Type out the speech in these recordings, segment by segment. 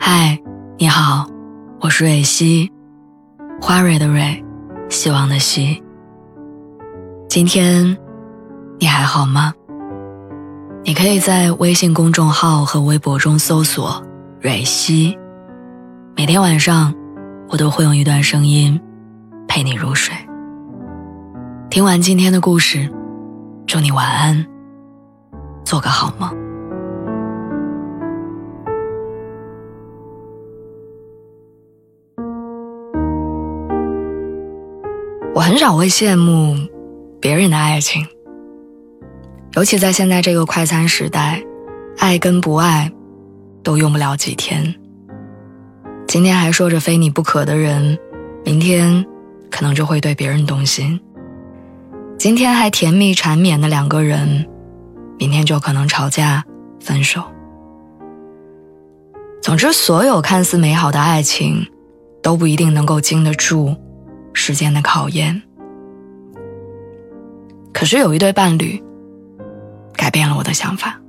嗨，你好，我是蕊希，花蕊的蕊，希望的希。今天你还好吗？你可以在微信公众号和微博中搜索蕊希，每天晚上我都会用一段声音陪你入睡。听完今天的故事，祝你晚安，做个好梦。我很少会羡慕别人的爱情，尤其在现在这个快餐时代，爱跟不爱都用不了几天。今天还说着非你不可的人，明天可能就会对别人动心。今天还甜蜜缠绵的两个人，明天就可能吵架分手。总之，所有看似美好的爱情都不一定能够经得住时间的考验。可是有一对伴侣改变了我的想法。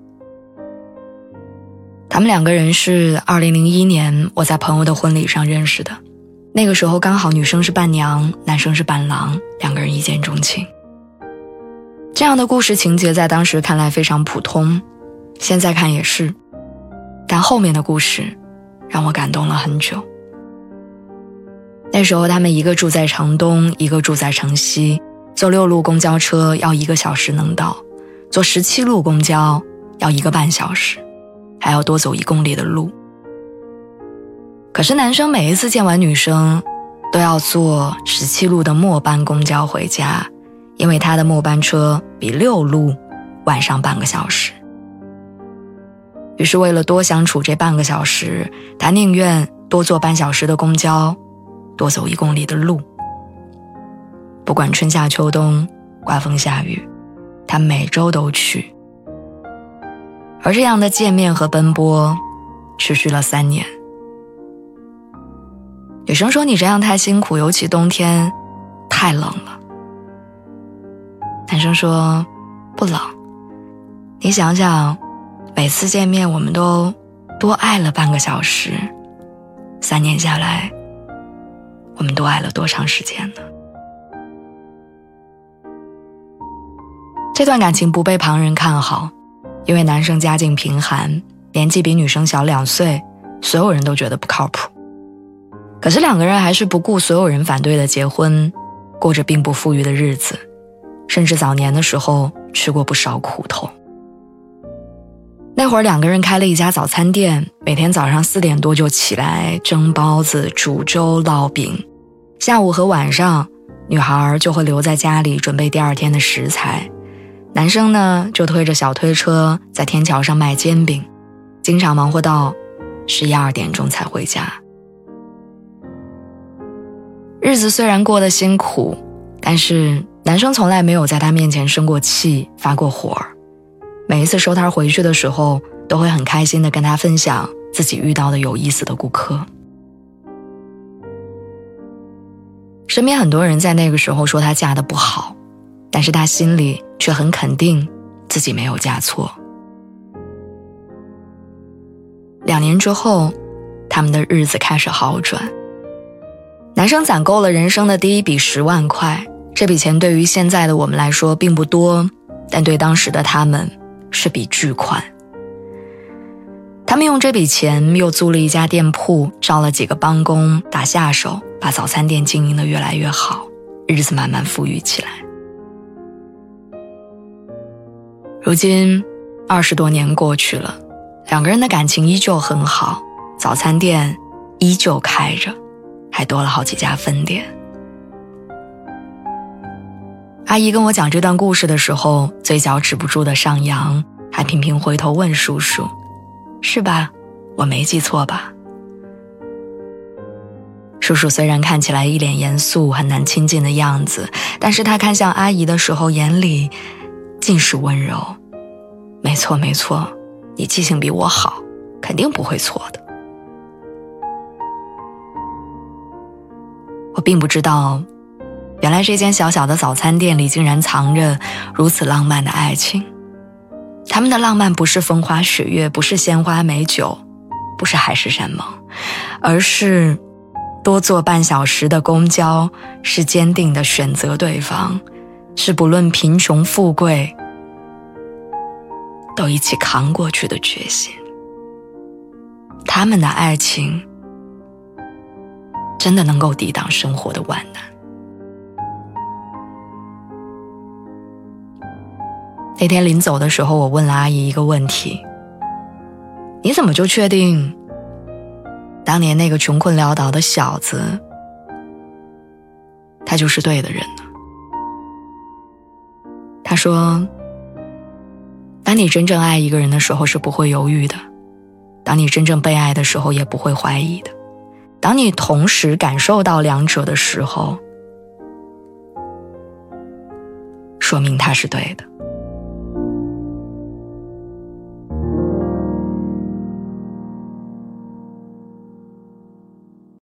他们两个人是2001年我在朋友的婚礼上认识的，那个时候刚好女生是伴娘，男生是伴郎，两个人一见钟情。这样的故事情节在当时看来非常普通，现在看也是，但后面的故事让我感动了很久。那时候他们一个住在城东，一个住在城西，坐6路公交车要1个小时能到，坐17路公交要1个半小时，还要多走1公里的路。可是男生每一次见完女生都要坐17路的末班公交回家，因为他的末班车比6路晚上半个小时。于是为了多相处这半个小时，他宁愿多坐半小时的公交，多走1公里的路。不管春夏秋冬，刮风下雨，他每周都去。而这样的见面和奔波持续了3年。女生说，你这样太辛苦，尤其冬天太冷了。男生说，不冷，你想想，每次见面我们都多爱了半个小时，3年下来我们多爱了多长时间呢？这段感情不被旁人看好，因为男生家境贫寒，年纪比女生小2岁，所有人都觉得不靠谱。可是两个人还是不顾所有人反对的结婚，过着并不富裕的日子，甚至早年的时候吃过不少苦头。那会儿两个人开了一家早餐店，每天早上4点多就起来蒸包子、煮粥、烙饼，下午和晚上女孩就会留在家里准备第2天的食材，男生呢就推着小推车在天桥上卖煎饼，经常忙活到11、2点钟才回家。日子虽然过得辛苦，但是男生从来没有在他面前生过气、发过火。每一次收摊回去的时候，都会很开心地跟他分享自己遇到的有意思的顾客。身边很多人在那个时候说他嫁得不好，但是他心里却很肯定自己没有嫁错。2年之后，他们的日子开始好转。男生攒够了人生的第一笔10万块，这笔钱对于现在的我们来说并不多，但对当时的他们是笔巨款。他们用这笔钱又租了一家店铺，招了几个帮工打下手，把早餐店经营得越来越好，日子慢慢富裕起来。如今20多年过去了，两个人的感情依旧很好，早餐店依旧开着，还多了好几家分店。阿姨跟我讲这段故事的时候，嘴角止不住的上扬，还频频回头问叔叔，是吧？我没记错吧？叔叔虽然看起来一脸严肃很难亲近的样子，但是他看向阿姨的时候，眼里尽是温柔。没错没错，你记性比我好，肯定不会错的。我并不知道，原来这间小小的早餐店里竟然藏着如此浪漫的爱情。他们的浪漫不是风花雪月，不是鲜花美酒，不是海誓山盟， 而是多坐半小时的公交，是坚定的选择对方，是不论贫穷富贵都一起扛过去的决心。他们的爱情真的能够抵挡生活的万难。那天临走的时候，我问了阿姨一个问题，你怎么就确定当年那个穷困潦倒的小子他就是对的人呢？他说，当你真正爱一个人的时候是不会犹豫的，当你真正被爱的时候也不会怀疑的，当你同时感受到两者的时候，说明他是对的。